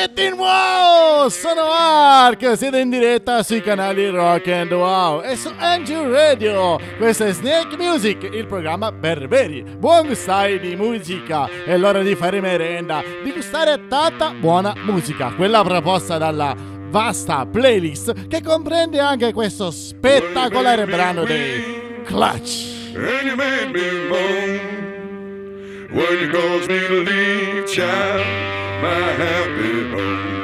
Getting Wow! Sono Mark, siete in diretta sui canali Rock and Wow e su NG Radio. Questo è Snake Music, il programma per veri buon gustai di musica. È l'ora di fare merenda, di gustare tanta buona musica, quella proposta dalla vasta playlist che comprende anche questo spettacolare brano dei Clutch. And you made me moan when you caused me to leave, child, my happy home.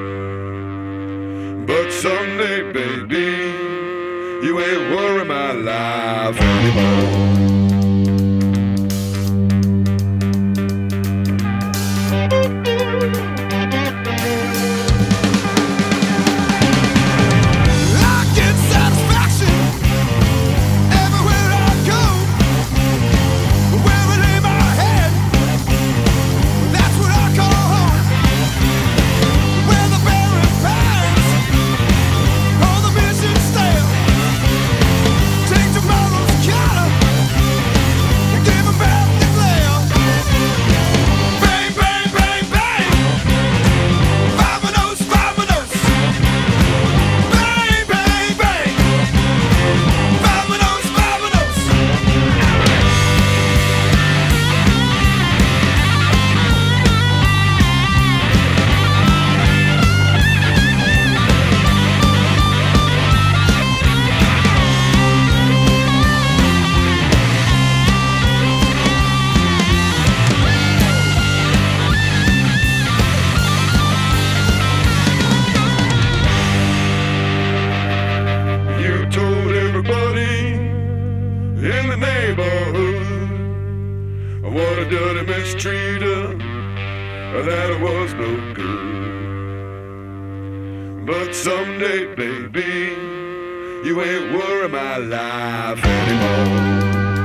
But someday, baby, you ain't worry my life anymore. That was no good. But someday, baby, you ain't worry my life anymore.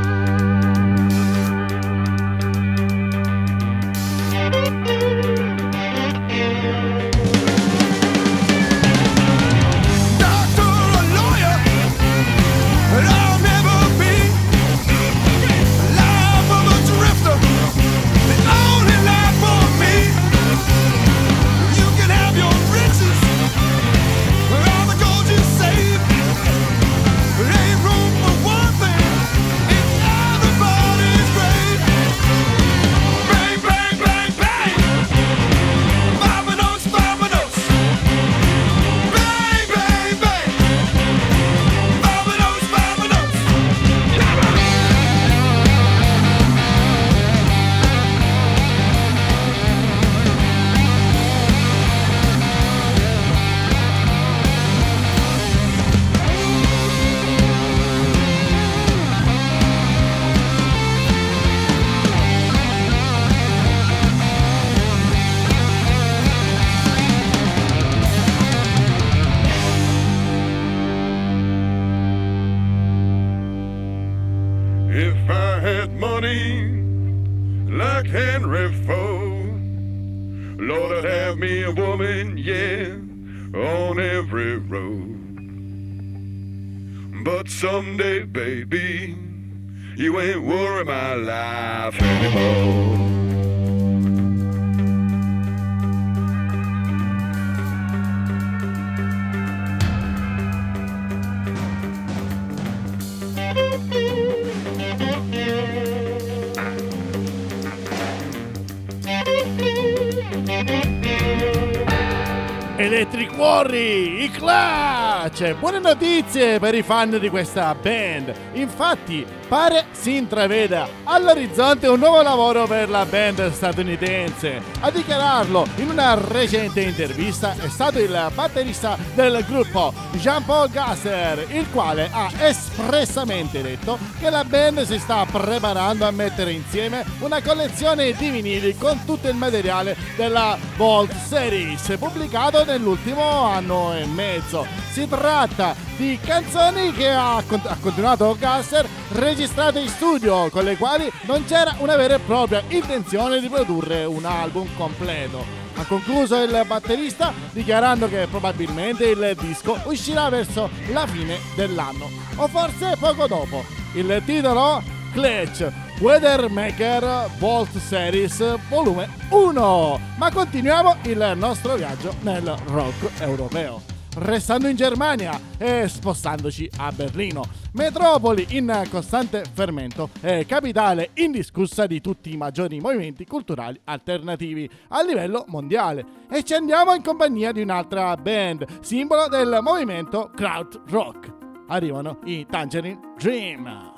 Someday, baby, you ain't worry my life anymore. Electric Warrior, i Clutch! Buone notizie per i fan di questa band. Infatti, pare si intraveda all'orizzonte un nuovo lavoro per la band statunitense. A dichiararlo in una recente intervista è stato il batterista del gruppo Jean-Paul Gasser, il quale ha espressamente detto che la band si sta preparando a mettere insieme una collezione di vinili con tutto il materiale della Vault Series pubblicato nell'ultimo anno e mezzo. Si tratta di canzoni che ha continuato Gasser registrate in studio, con le quali non c'era una vera e propria intenzione di produrre un album completo. Ha concluso il batterista dichiarando che probabilmente il disco uscirà verso la fine dell'anno o forse poco dopo. Il titolo Clutch Weathermaker Volt Series volume 1. Ma continuiamo il nostro viaggio nel rock europeo, restando in Germania e spostandoci a Berlino, metropoli in costante fermento e capitale indiscussa di tutti i maggiori movimenti culturali alternativi a livello mondiale. E ci andiamo in compagnia di un'altra band, simbolo del movimento crowd rock. Arrivano i Tangerine Dream.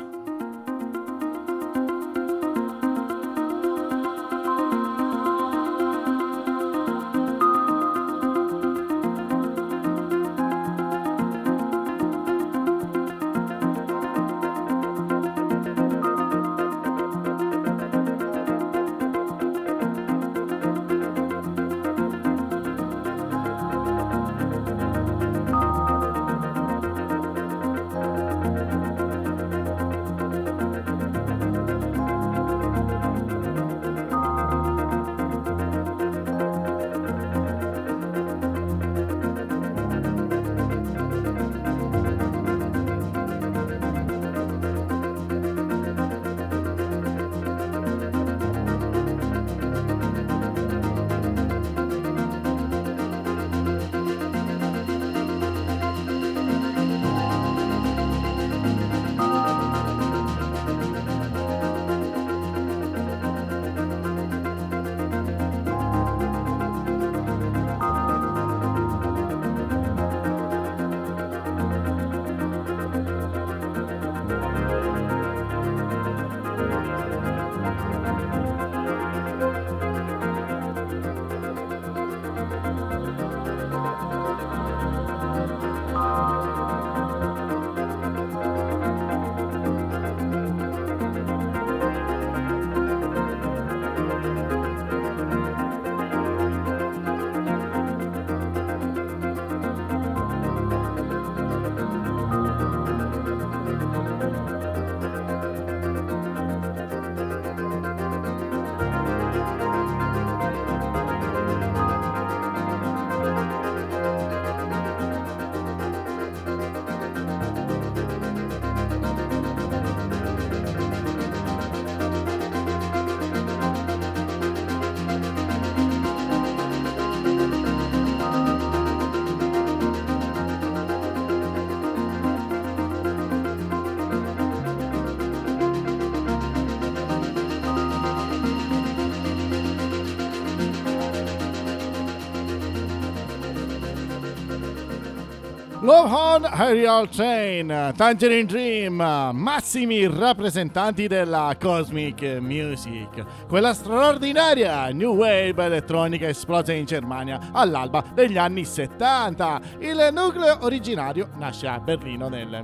Love on Aerial Train, Tangerine Dream, massimi rappresentanti della Cosmic Music, quella straordinaria new wave elettronica esplosa in Germania all'alba degli anni 70. Il nucleo originario nasce a Berlino nel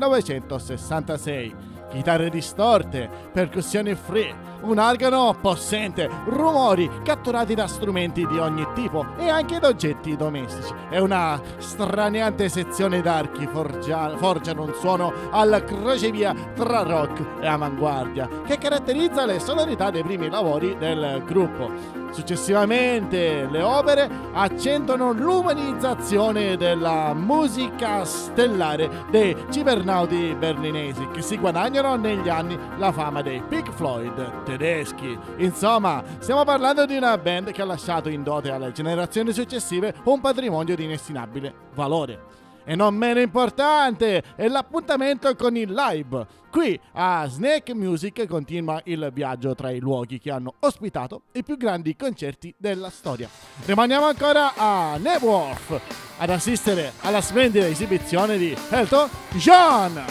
1966. Chitarre distorte, percussioni free, un organo possente, rumori catturati da strumenti di ogni tipo e anche da oggetti domestici e una straniante sezione d'archi forgiano un suono alla crocevia tra rock e avanguardia che caratterizza le sonorità dei primi lavori del gruppo. Successivamente le opere accendono l'umanizzazione della musica stellare dei cibernauti berlinesi che si guadagnano negli anni la fama dei Pink Floyd tedeschi. Insomma, stiamo parlando di una band che ha lasciato in dote alle generazioni successive un patrimonio di inestimabile valore. E non meno importante è l'appuntamento con il live. Qui a Snake Music continua il viaggio tra i luoghi che hanno ospitato i più grandi concerti della storia. Rimaniamo ancora a Nebworth ad assistere alla splendida esibizione di Elton John.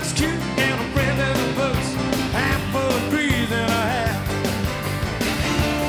Looks cute and a present books, half full of breeze and a half.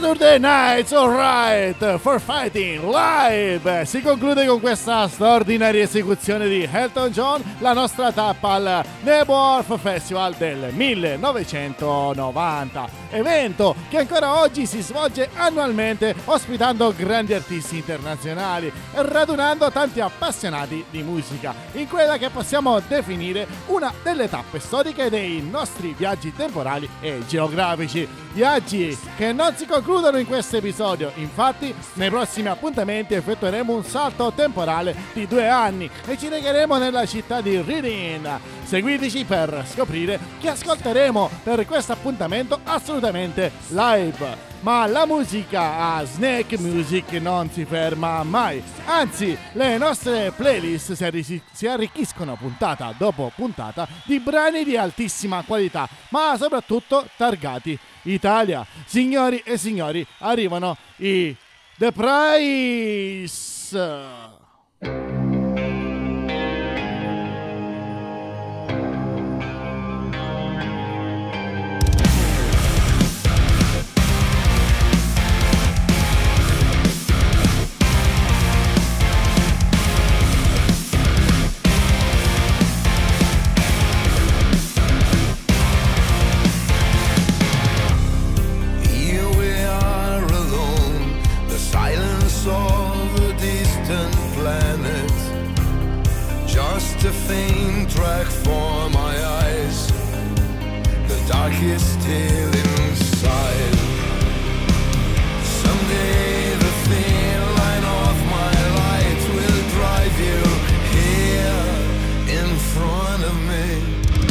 Saturday Night's Alright for Fighting Live si conclude con questa straordinaria esecuzione di Elton John, la nostra tappa al Nebworth Festival del 1990, evento che ancora oggi si svolge annualmente ospitando grandi artisti internazionali e radunando tanti appassionati di musica in quella che possiamo definire una delle tappe storiche dei nostri viaggi temporali e geografici. Viaggi che non si concludono in questo episodio, infatti nei prossimi appuntamenti effettueremo un salto temporale di 2 anni e ci recheremo nella città di Reading. Seguiteci per scoprire chi ascolteremo per questo appuntamento assolutamente live. Ma la musica a Snake Music non si ferma mai, anzi le nostre playlist si arricchiscono puntata dopo puntata di brani di altissima qualità, ma soprattutto targati Italia. Signori e signori, arrivano i The Price. A faint track for my eyes, the darkest tale inside. Someday the thin line of my light will drive you here in front of me.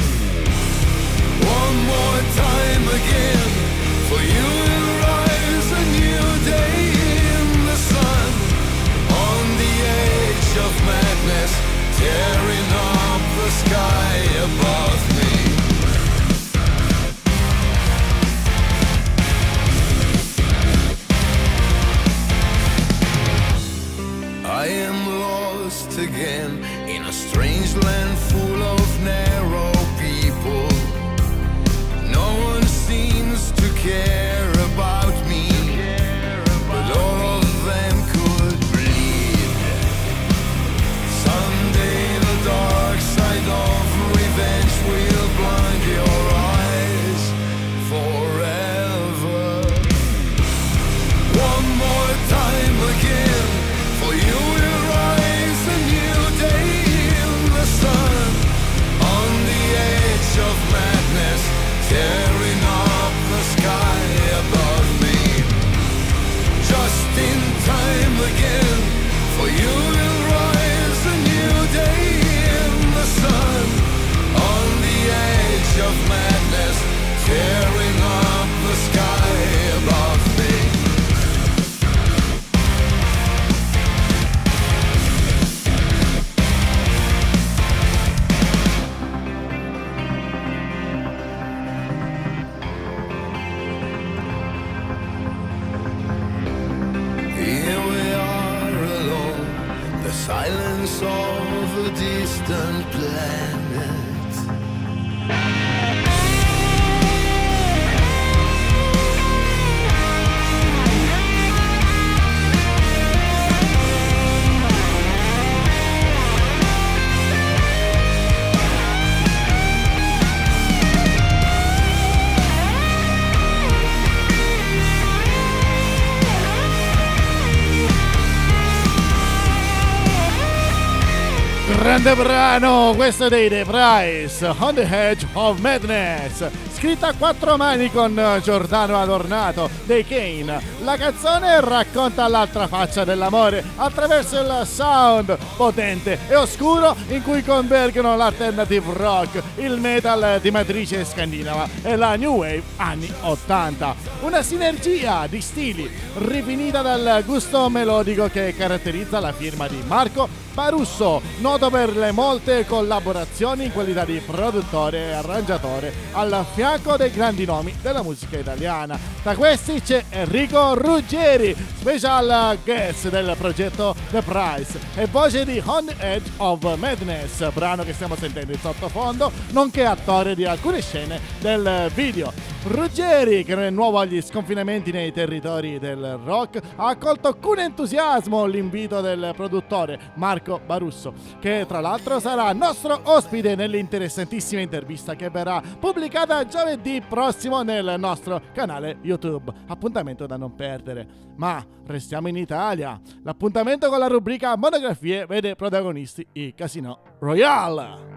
One more time again, for you will rise a new day in the sun, on the edge of madness, tearing up the sky above me. I am lost again in a strange land full of narrow people. No one seems to care about me, but all of them could bleed. Someday the dark side of revenge will blind your eyes forever. One more time again, for you will rise a new day in the sun, on the edge of madness, tearing up the sky above me. Just in time again, for you will rise a new day in the sun, on the edge of madness, tearing up the sky above me. Here we are alone, the silence of a distant planet. Grande brano questo dei The Price, On the Edge of Madness, scritta a 4 mani con Giordano Adornato dei Kane. La canzone racconta l'altra faccia dell'amore attraverso il sound potente e oscuro in cui convergono l'alternative rock, il metal di matrice scandinava e la new wave anni 80. Una sinergia di stili rifinita dal gusto melodico che caratterizza la firma di Marco Barusso, noto per le molte collaborazioni in qualità di produttore e arrangiatore al fianco dei grandi nomi della musica italiana. Tra questi c'è Enrico Ruggeri, special guest del progetto The Price e voce di On the Edge of Madness, brano che stiamo sentendo in sottofondo, nonché attore di alcune scene del video. Ruggeri, che non è nuovo agli sconfinamenti nei territori del rock, ha accolto con entusiasmo l'invito del produttore Marco Barusso, che tra l'altro sarà nostro ospite nell'interessantissima intervista che verrà pubblicata giovedì prossimo nel nostro canale YouTube. Appuntamento da non perdere. Ma restiamo in Italia. L'appuntamento con la rubrica Monografie vede protagonisti i Casino Royale.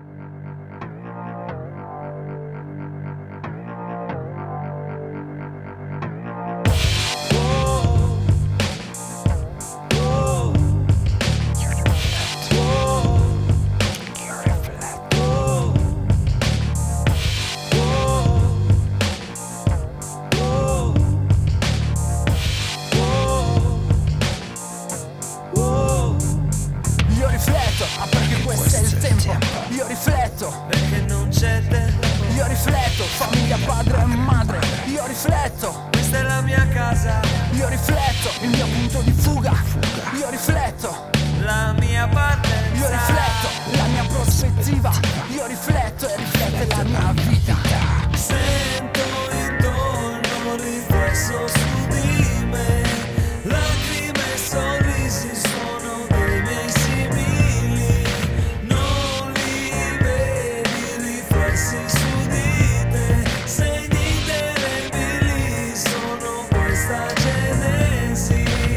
Io rifletto, perché non c'è tempo. Io rifletto, famiglia, padre e madre. Io rifletto, questa è la mia casa. Io rifletto, il mio punto di fuga. Io rifletto, la mia partenza. Io rifletto, la mia prospettiva. Io rifletto e riflette la mia vita. Sento intorno un riflesso su di me. Lacrime e sorrisi sono dei miei simili. Non li vedi riflessi su di te. Segni indelebili sono questa genesi.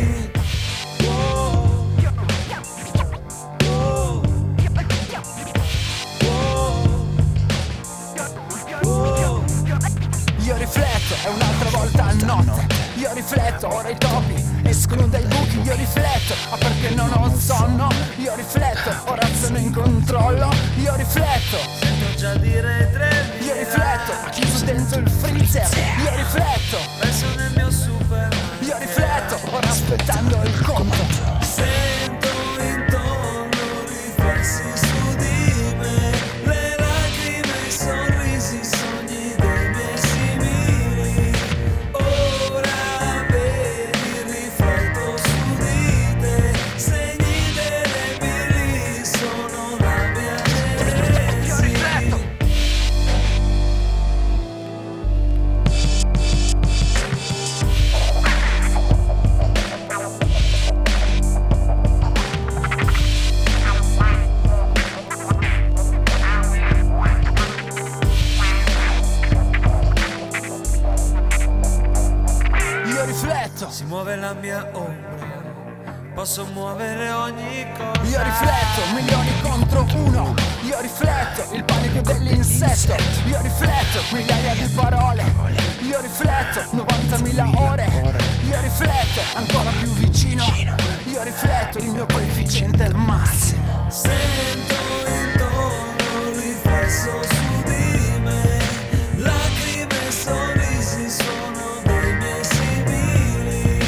Io rifletto e un'altra volta a notte. Io rifletto, ora i topi escono dai buchi. Io rifletto, ma perché non ho sonno. Io rifletto, ora sono in controllo. Io rifletto, sento già dire 3.000. Io rifletto, chiuso dentro il freezer. Io rifletto, penso nel mio super. Io rifletto, ora aspettando il conto. Sento intorno riflessi su di me. Le lacrime e i sorrisi, sogni dei miei simili. Ora vedi, rifletto su di te. Segni indelebili sono la mia genesi. Io rifletto. Io rifletto. Si muove la mia ombra, posso muovere ogni cosa. Io rifletto, milioni contro uno. Io rifletto, il panico dell'insetto. Io rifletto, migliaia di parole. Io rifletto, 90.000 ore. Io rifletto, ancora più vicino. Io rifletto, il mio coefficiente è il massimo. Sento intorno un riflesso su di me. Lacrime e sorrisi sono dei miei simili.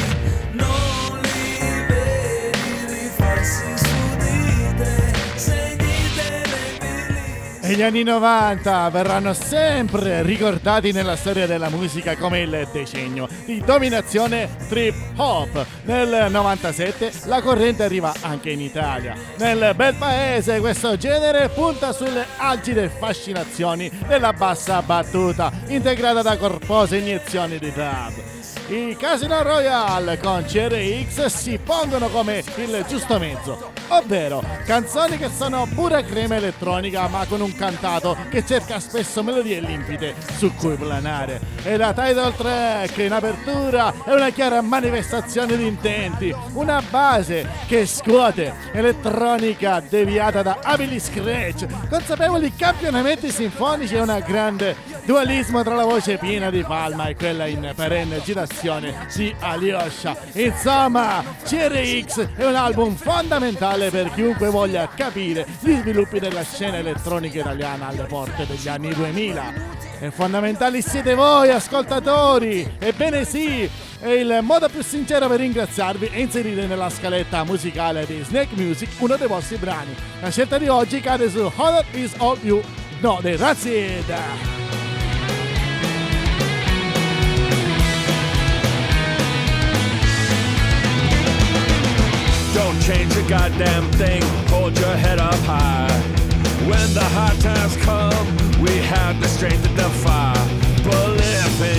Non li vedi riflessi su di te. Segni indelebili. E gli anni 90 verranno sempre ricordati nella storia della musica come il decennio di dominazione trip hop. Nel 97 la corrente arriva anche in Italia. Nel bel paese questo genere punta sulle agile fascinazioni della bassa battuta, integrata da corpose iniezioni di dub. I Casino Royale con CRX si pongono come il giusto mezzo, ovvero canzoni che sono pura crema elettronica ma con un cantato che cerca spesso melodie limpide su cui planare. E la title track in apertura è una chiara manifestazione di intenti, una base che scuote, elettronica deviata da abili scratch, consapevoli campionamenti sinfonici e una grande dualismo tra la voce piena di Palma e quella in perenne agitazione di Alyosha. Insomma, CRX è un album fondamentale per chiunque voglia capire gli sviluppi della scena elettronica italiana alle porte degli anni 2000. E fondamentali siete voi, ascoltatori! Ebbene sì! E il modo più sincero per ringraziarvi è inserire nella scaletta musicale di Snake Music uno dei vostri brani. La scelta di oggi cade su Honor Is All You, no, dei Rancid. Don't change a goddamn thing, hold your head up high. When the hard times come, we have the strength to defy. Believe in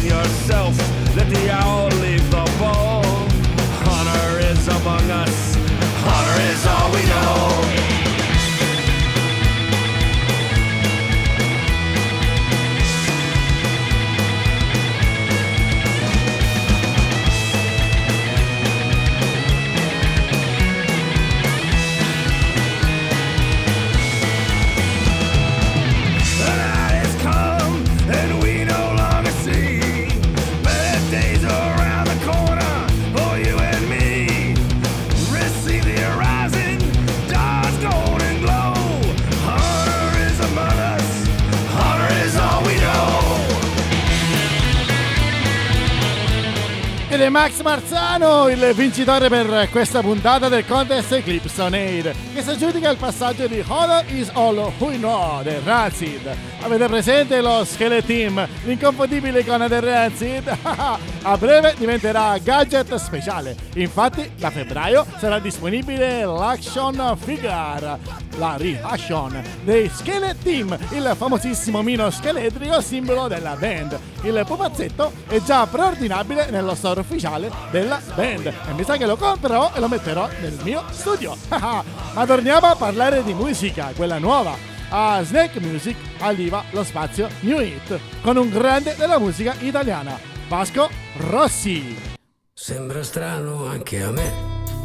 Ed è Max Marzano il vincitore per questa puntata del contest Eclipse on Air, che si aggiudica il passaggio di Hollow is All Who Know del Rancid. Avete presente lo Skeleton Team, l'inconfondibile icona del Rancid? A breve diventerà gadget speciale. Infatti da febbraio sarà disponibile l'action figure, la reaction dei Skeleton Team, il famosissimo mino scheletrico simbolo della band. Il pupazzetto è già preordinabile nello store ufficiale della band e mi sa che lo comprerò e lo metterò nel mio studio. Ma torniamo a parlare di musica, quella nuova. A Snake Music arriva lo spazio New Hit con un grande della musica italiana, Vasco Rossi. Sembra strano anche a me,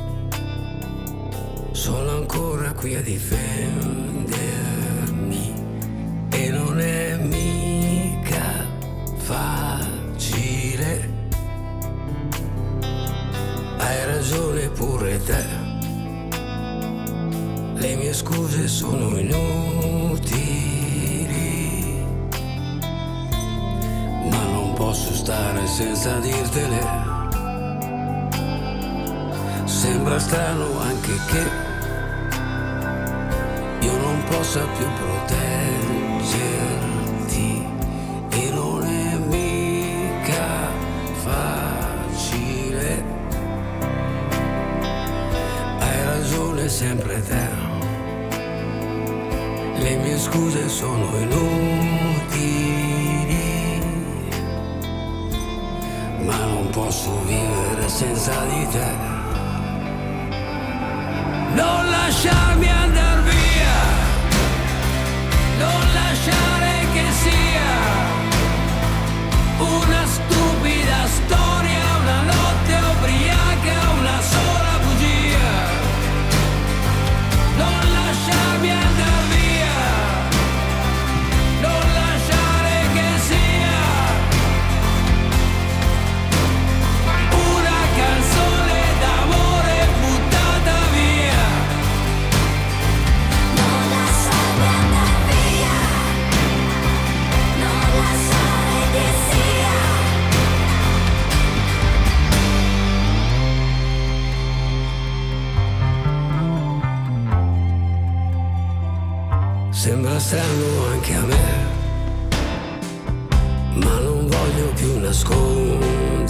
sono ancora qui a difendermi e non è mica facile. Hai ragione pure te, le mie scuse sono inutili, ma non posso stare senza dirtele. Sembra strano anche che io non possa più proteggerti e non è mica facile. Hai ragione sempre te, le mie scuse sono inutili, ma non posso vivere senza di te. Non lasciarmi andar via, non lasciare che sia una stupida storia, una notte ubriaca, una sola bugia. Non lasciarmi andar via, non lasciare che sia una canzone d'amore buttata via. Non lasciarmi andar via, non lasciare che sia. Sembra strano anche a me, ma non voglio più nascondermi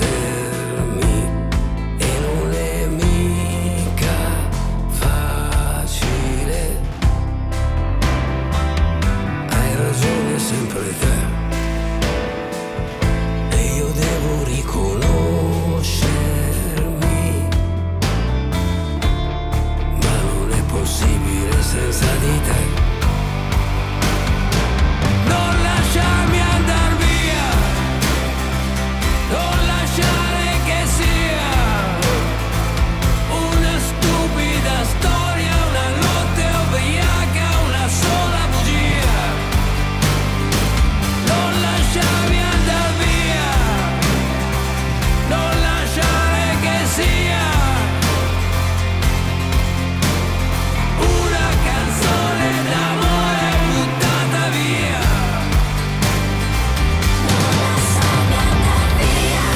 e non è mica facile. Hai ragione sempre te e io devo riconoscermi, ma non è possibile senza di te. Non lasciarmi andar via, non lasciare che sia una stupida storia, una notte ubriaca, una sola bugia. Non lasciarmi andar via, non lasciare che sia una canzone d'amore buttata via. Non lasciarmi andar via,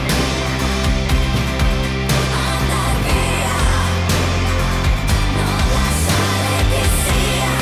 andar via, non lasciare che sia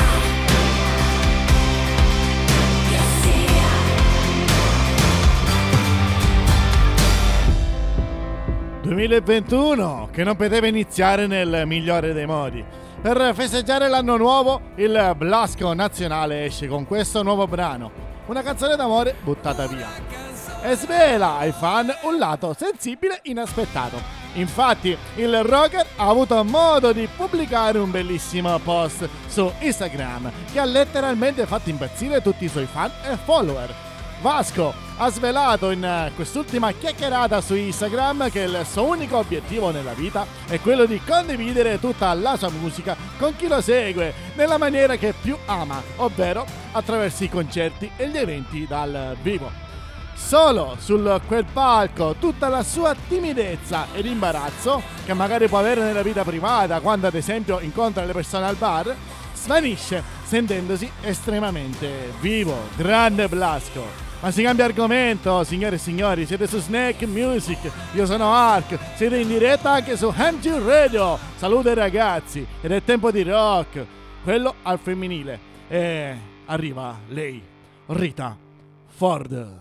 2021 che non poteva iniziare nel migliore dei modi. Per festeggiare l'anno nuovo, il Blasco Nazionale esce con questo nuovo brano, una canzone d'amore buttata via, e svela ai fan un lato sensibile inaspettato. Infatti il rocker ha avuto modo di pubblicare un bellissimo post su Instagram che ha letteralmente fatto impazzire tutti i suoi fan e follower. Vasco ha svelato in quest'ultima chiacchierata su Instagram che il suo unico obiettivo nella vita è quello di condividere tutta la sua musica con chi lo segue nella maniera che più ama, ovvero attraverso i concerti e gli eventi dal vivo. Solo su quel palco tutta la sua timidezza ed imbarazzo, che magari può avere nella vita privata quando ad esempio incontra le persone al bar, svanisce sentendosi estremamente vivo. Grande Blasco! Ma si cambia argomento, signore e signori, siete su Snake Music, io sono Ark, siete in diretta anche su MG Radio. Salute ragazzi, ed è tempo di rock, quello al femminile. E arriva lei, Rita Ford.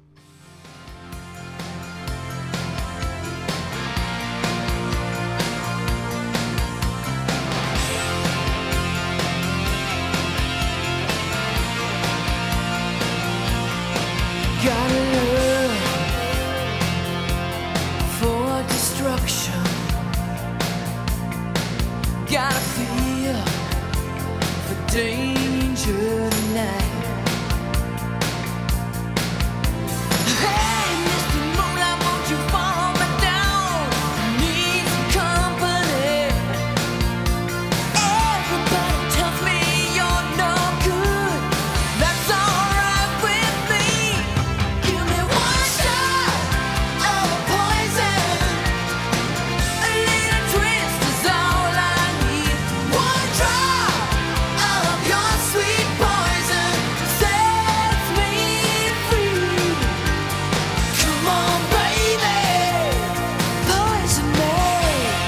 Got a love for destruction. Got a feel for danger tonight. Hey, Mr. Moonlight, won't you follow me down? Need some company. Everybody tells me you're no good. That's alright with me. Give me one shot of poison. A little twist is all I need. One drop of your sweet poison sets me free. Come on, baby, poison me.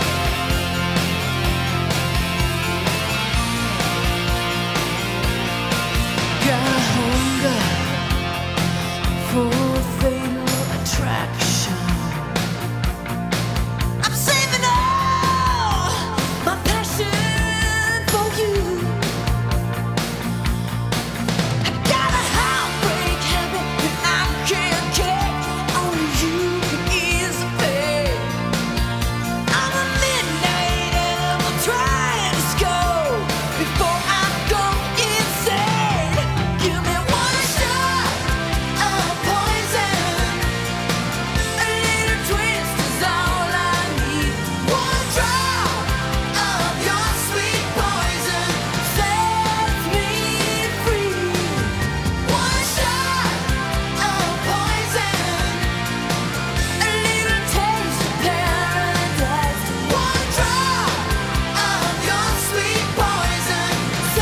Got hunger for fatal attraction. I'm saving all my passion for you. I got a heartbreak habit that I can't kick. Only you can ease the pain. I'm a midnight animal trying to score before I go insane. Give me one shot of poison. A little twist is all I need. One drop of your sweet poison sets me free. One shot of poison. A little taste of paradise. One drop of your sweet poison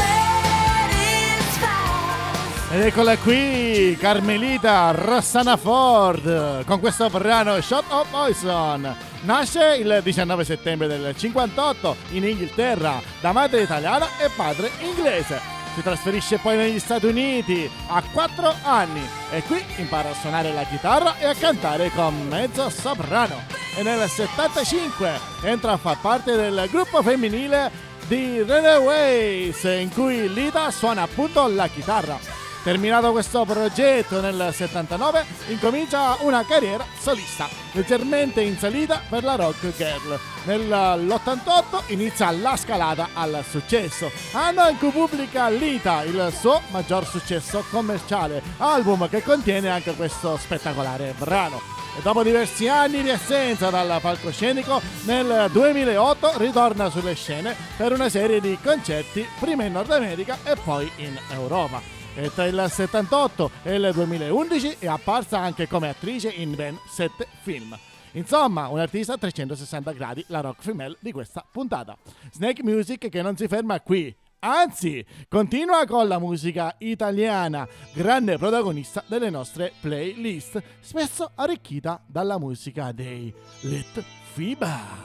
satisfies. Ed eccola qui, Carmelita Rossana Ford, con questo brano Shot of Poison. Nasce il 19 settembre del 58 in Inghilterra da madre italiana e padre inglese. Si trasferisce poi negli Stati Uniti a 4 anni e qui impara a suonare la chitarra e a cantare con mezzo soprano. E nel 75 entra a far parte del gruppo femminile di Runaways, in cui Lita suona appunto la chitarra. Terminato questo progetto nel 79, incomincia una carriera solista, leggermente in salita per la rock girl. Nell'88 inizia la scalata al successo, anno in cui pubblica Lita il suo maggior successo commerciale, album che contiene anche questo spettacolare brano. E dopo diversi anni di assenza dal palcoscenico, nel 2008 ritorna sulle scene per una serie di concerti, prima in Nord America e poi in Europa. E tra il 78 e il 2011 è apparsa anche come attrice in ben 7 film. Insomma, un'artista a 360 gradi, la rock female di questa puntata. Snake Music che non si ferma qui, anzi, continua con la musica italiana, grande protagonista delle nostre playlist, spesso arricchita dalla musica dei Lit Fiba.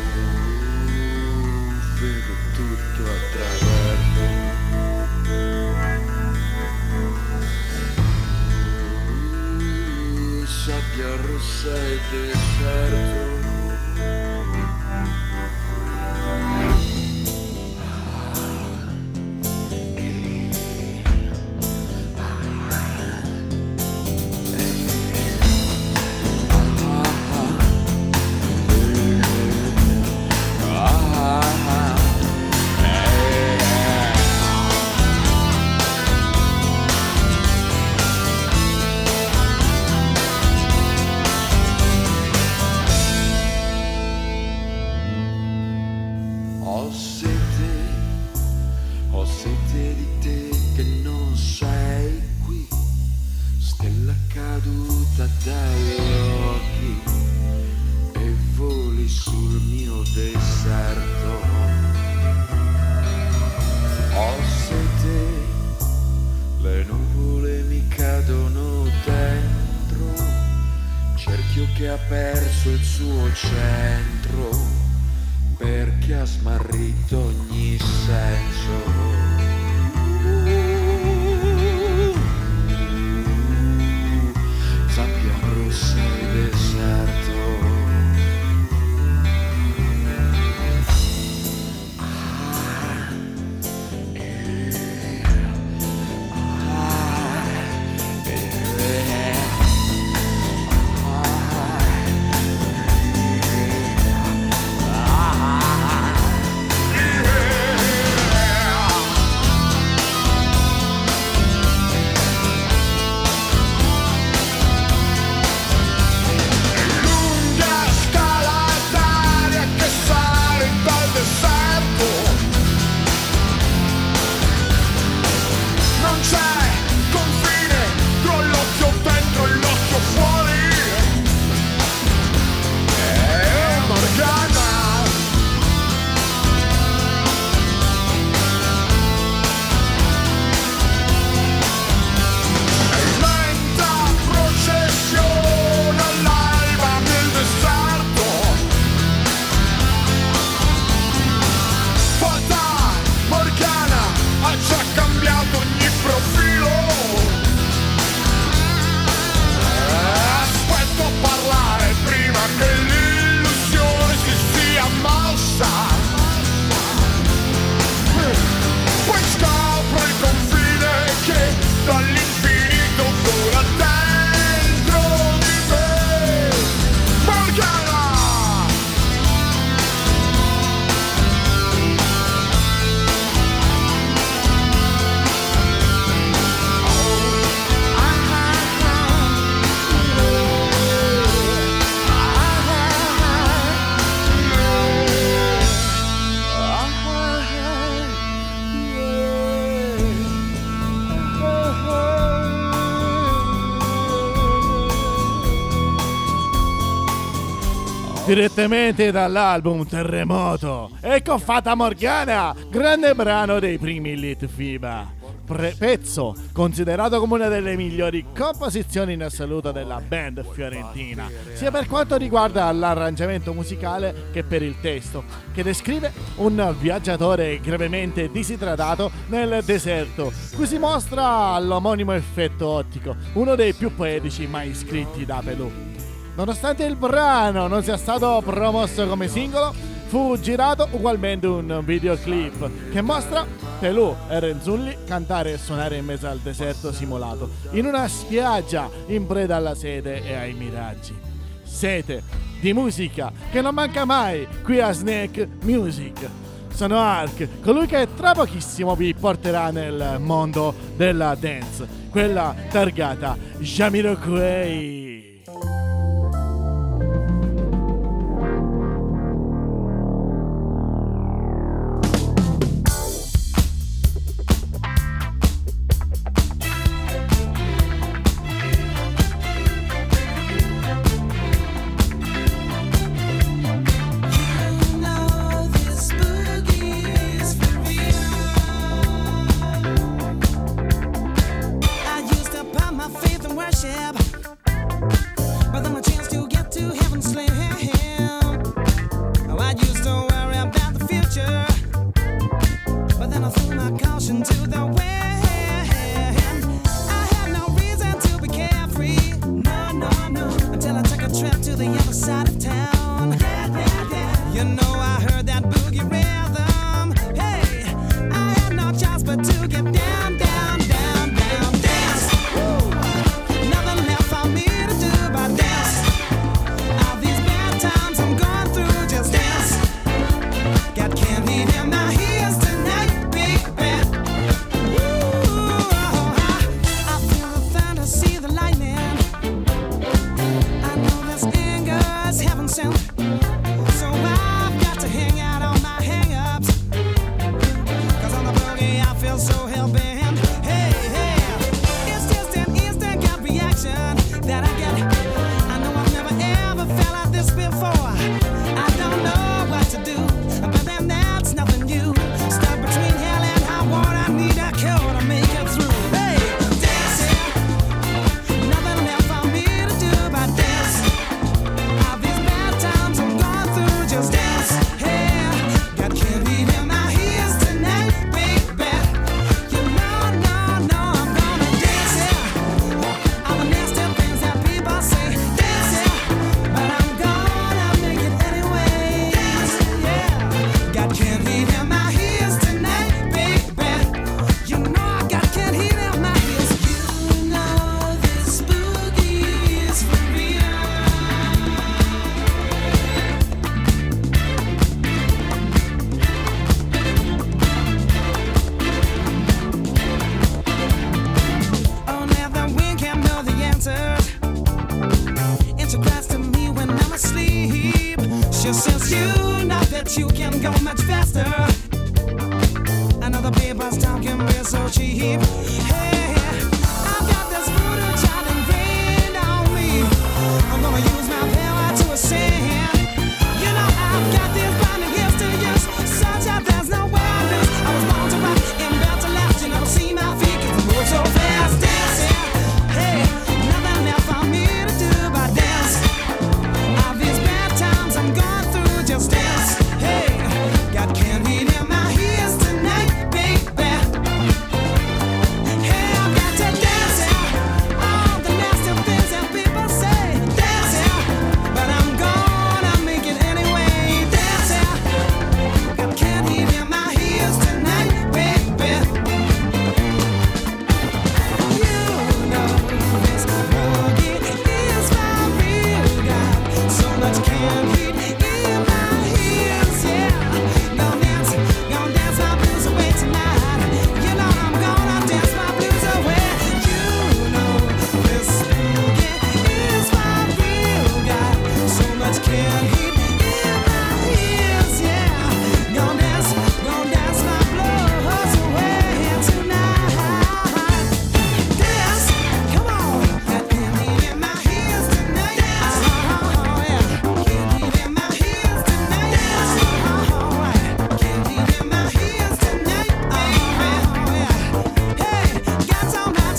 Vedo tutto attraverso Ho sete di te che non sei qui, stella caduta dagli occhi e voli sul mio deserto. Ho sete, le nuvole mi cadono dentro, cerchio che ha perso il suo centro perché ha smarrito ogni senso. Sabbia rossa e deserto. Direttamente dall'album Terremoto, ecco Fata Morgana, grande brano dei primi Lit FIBA. Pezzo considerato come una delle migliori composizioni in assoluto della band fiorentina, sia per quanto riguarda l'arrangiamento musicale che per il testo, che descrive un viaggiatore gravemente disidratato nel deserto, cui si mostra l'omonimo effetto ottico, uno dei più poetici mai scritti da Pelù. Nonostante il brano non sia stato promosso come singolo, fu girato ugualmente un videoclip che mostra Pelù e Renzulli cantare e suonare in mezzo al deserto simulato, in una spiaggia in preda alla sete e ai miraggi. Sete di musica che non manca mai qui a Snake Music. Sono Ark, colui che tra pochissimo vi porterà nel mondo della dance, quella targata Jamiroquai. My faith and worship but you can go much faster. Another paper's talking real so cheap. Hey, I've got this voodoo child ingrained on me. I'm gonna use my power to ascend. You know I've got these blinding gifts to use, such that there's no way I lose. I was born to rock and built to last. You never see my feet 'cause I move so fast. Dancing, hey, nothing left for me to do but dance. All these bad times I'm going through, just dance. Hey, got candy in my ears tonight, baby. Hey, I've got to dance, yeah. All the nasty things that people say, dance, yeah. But I'm gonna make it anyway, dance, yeah. Got candy in my ears tonight, baby. You know this boogie is my real God. So much candy in my ears, yeah. Gonna dance my blues away tonight. You know I'm gonna dance my blues away. You know this boogie is my real God. So much candy in my ears, yeah. Gonna dance my blues away tonight. Dance, come on. Got candy in my ears tonight. Dance, yeah. Candy in my ears tonight. Dance, alright. Candy in my ears tonight. Yeah. Hey, got so much.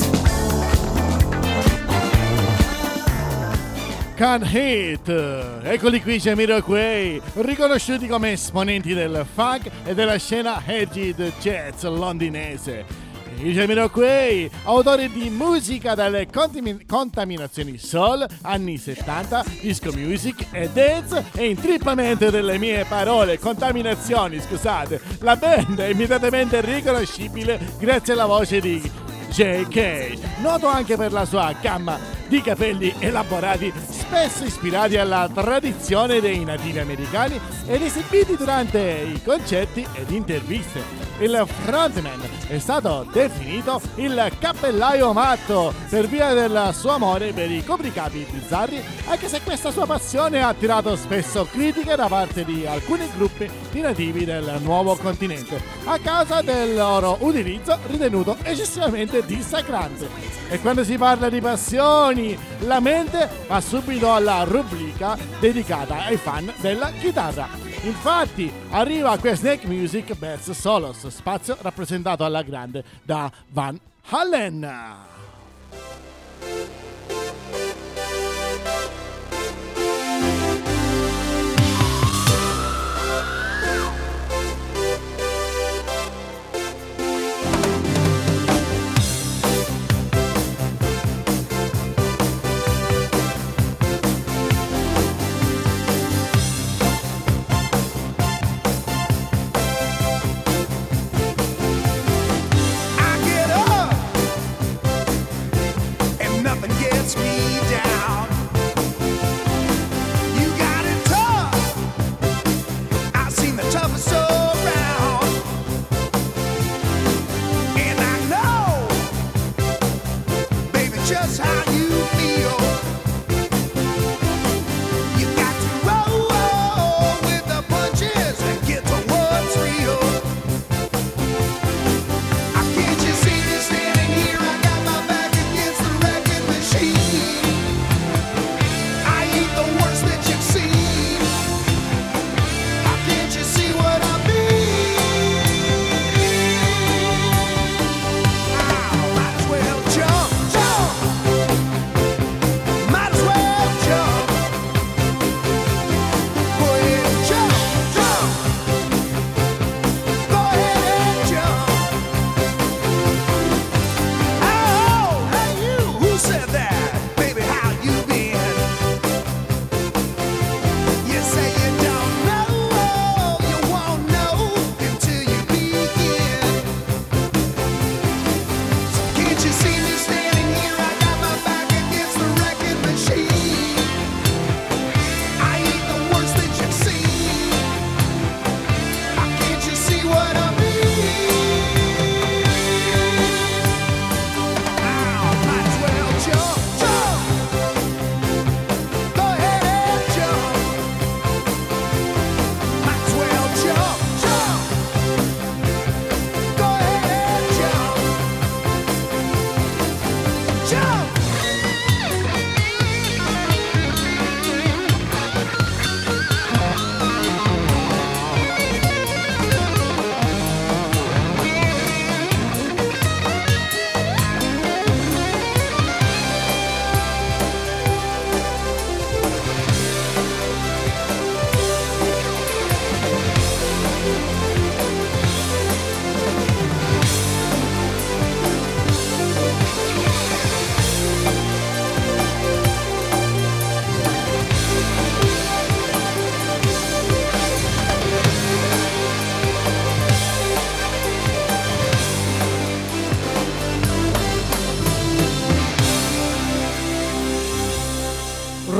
Can't Hate, eccoli qui Jamiroquai, riconosciuti come esponenti del funk e della scena acid jazz londinese. I Jamiroquai, autori di musica dalle contaminazioni soul, anni 70, disco music e dance e intrippamente delle mie parole, contaminazioni, scusate. La band è immediatamente riconoscibile grazie alla voce di JK, noto anche per la sua gamma di capelli elaborati, spesso ispirati alla tradizione dei nativi americani ed esibiti durante i concerti ed interviste. Il frontman è stato definito il cappellaio matto per via del suo amore per i copricapi bizzarri, anche se questa sua passione ha attirato spesso critiche da parte di alcuni gruppi di nativi del nuovo continente a causa del loro utilizzo ritenuto eccessivamente dissacrante. E quando si parla di passioni, la mente va subito alla rubrica dedicata ai fan della chitarra. Infatti arriva qui Snake Music Best Solos, spazio rappresentato alla grande da Van Halen. I get up and nothing gets me down. You got it tough. I've seen the toughest around, and I know, baby, just how you feel. You got to roll with the punches and get to what's real. Can't you see me standing here? I got my back against the wrecking machine. I ain't the worst that you've seen. Can't you see what I mean? Might as well jump, jump. Might as well jump. Go ahead and jump, jump. Go ahead and jump. Oh, hey you, who said that? Baby, how you been? You say you don't know, you won't know until you begin. So can't you see me standing here? I got my back against the wrecking machine. I ain't the worst that you've seen. Can't you see what I mean? Might as well jump, jump. Go ahead and jump. Might as well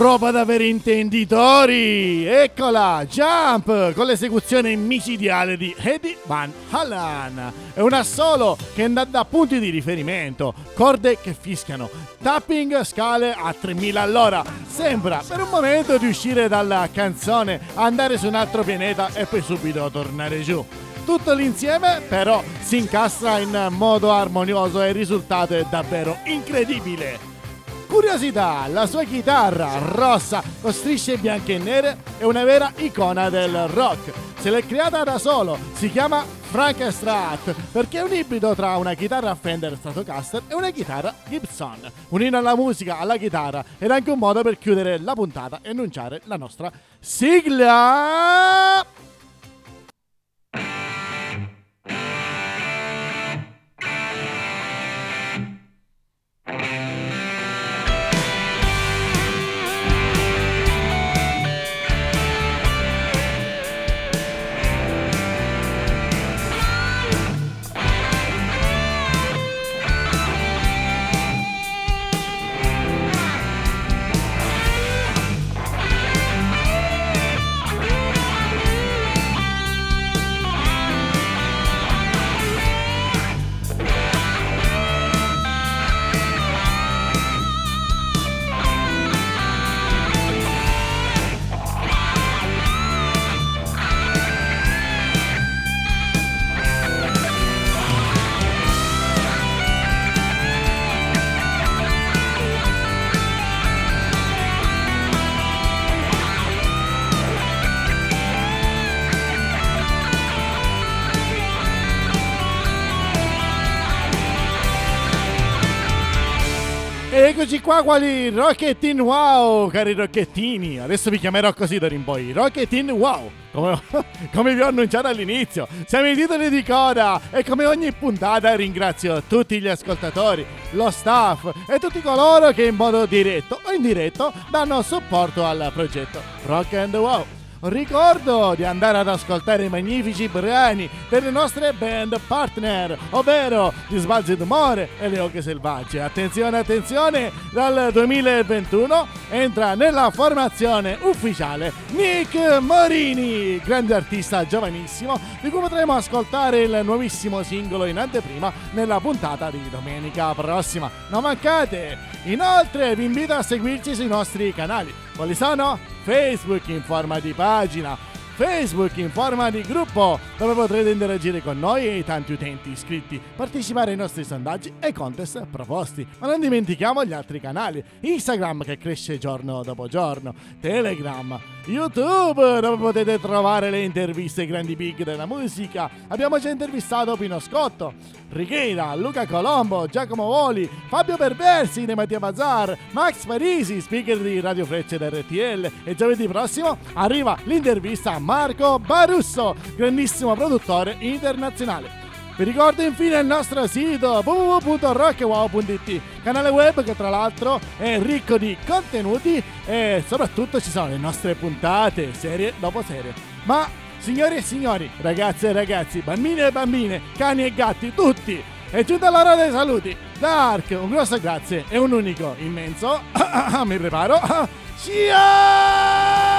roba da veri intenditori! Eccola, Jump, con l'esecuzione micidiale di Eddie Van Halen. È un assolo che dà punti di riferimento, corde che fischiano, tapping, scale a 3000 all'ora. Sembra per un momento di uscire dalla canzone, andare su un altro pianeta e poi subito tornare giù. Tutto l'insieme però si incastra in modo armonioso e il risultato è davvero incredibile. Curiosità, la sua chitarra rossa con strisce bianche e nere è una vera icona del rock. Se l'è creata da solo, si chiama Frank Strat perché è un ibrido tra una chitarra Fender Stratocaster e una chitarra Gibson. Unire la musica alla chitarra ed anche un modo per chiudere la puntata e annunciare la nostra sigla. Eccoci qua quali Rocketin Wow, cari rocchettini. Adesso vi chiamerò così d'ora in poi, Rocketin Wow, come vi ho annunciato all'inizio. Siamo i titoli di coda e come ogni puntata ringrazio tutti gli ascoltatori, lo staff e tutti coloro che in modo diretto o indiretto danno supporto al progetto Rock and Wow. Ricordo di andare ad ascoltare i magnifici brani delle nostre band partner, ovvero Gli Sbalzi d'Umore e Le Oche Selvagge. Attenzione, attenzione, dal 2021 entra nella formazione ufficiale Nick Morini, grande artista giovanissimo, di cui potremo ascoltare il nuovissimo singolo in anteprima nella puntata di domenica prossima. Non mancate! Inoltre vi invito a seguirci sui nostri canali. Quali sono? Facebook in forma di pagina, Facebook in forma di gruppo, dove potrete interagire con noi e i tanti utenti iscritti, partecipare ai nostri sondaggi e contest proposti. Ma non dimentichiamo gli altri canali: Instagram, che cresce giorno dopo giorno, Telegram, YouTube, dove potete trovare le interviste ai grandi big della musica. Abbiamo già intervistato Pino Scotto, Righeira, Luca Colombo, Giacomo Voli, Fabio Perversi di Mattia Bazar, Max Parisi, speaker di Radio Frecce da RTL, e giovedì prossimo arriva l'intervista a Marco Barusso, grandissimo produttore internazionale. Vi ricordo infine il nostro sito www.rockwow.it, canale web che tra l'altro è ricco di contenuti e soprattutto ci sono le nostre puntate, serie dopo serie. Ma signori e signori, ragazze e ragazzi, bambini e bambine, cani e gatti, tutti, è giunta l'ora dei saluti. Da Ark, un grosso grazie e un unico immenso mi preparo. Ciao!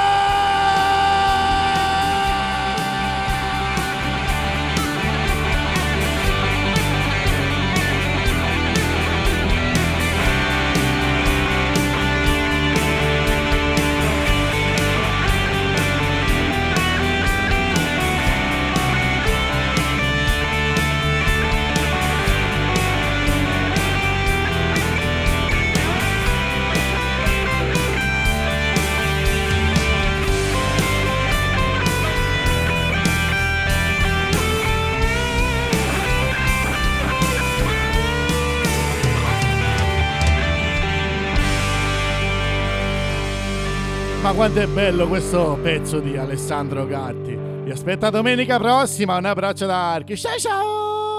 Ma quanto è bello questo pezzo di Alessandro Gatti. Vi aspetto domenica prossima, un abbraccio da Archi. Ciao ciao!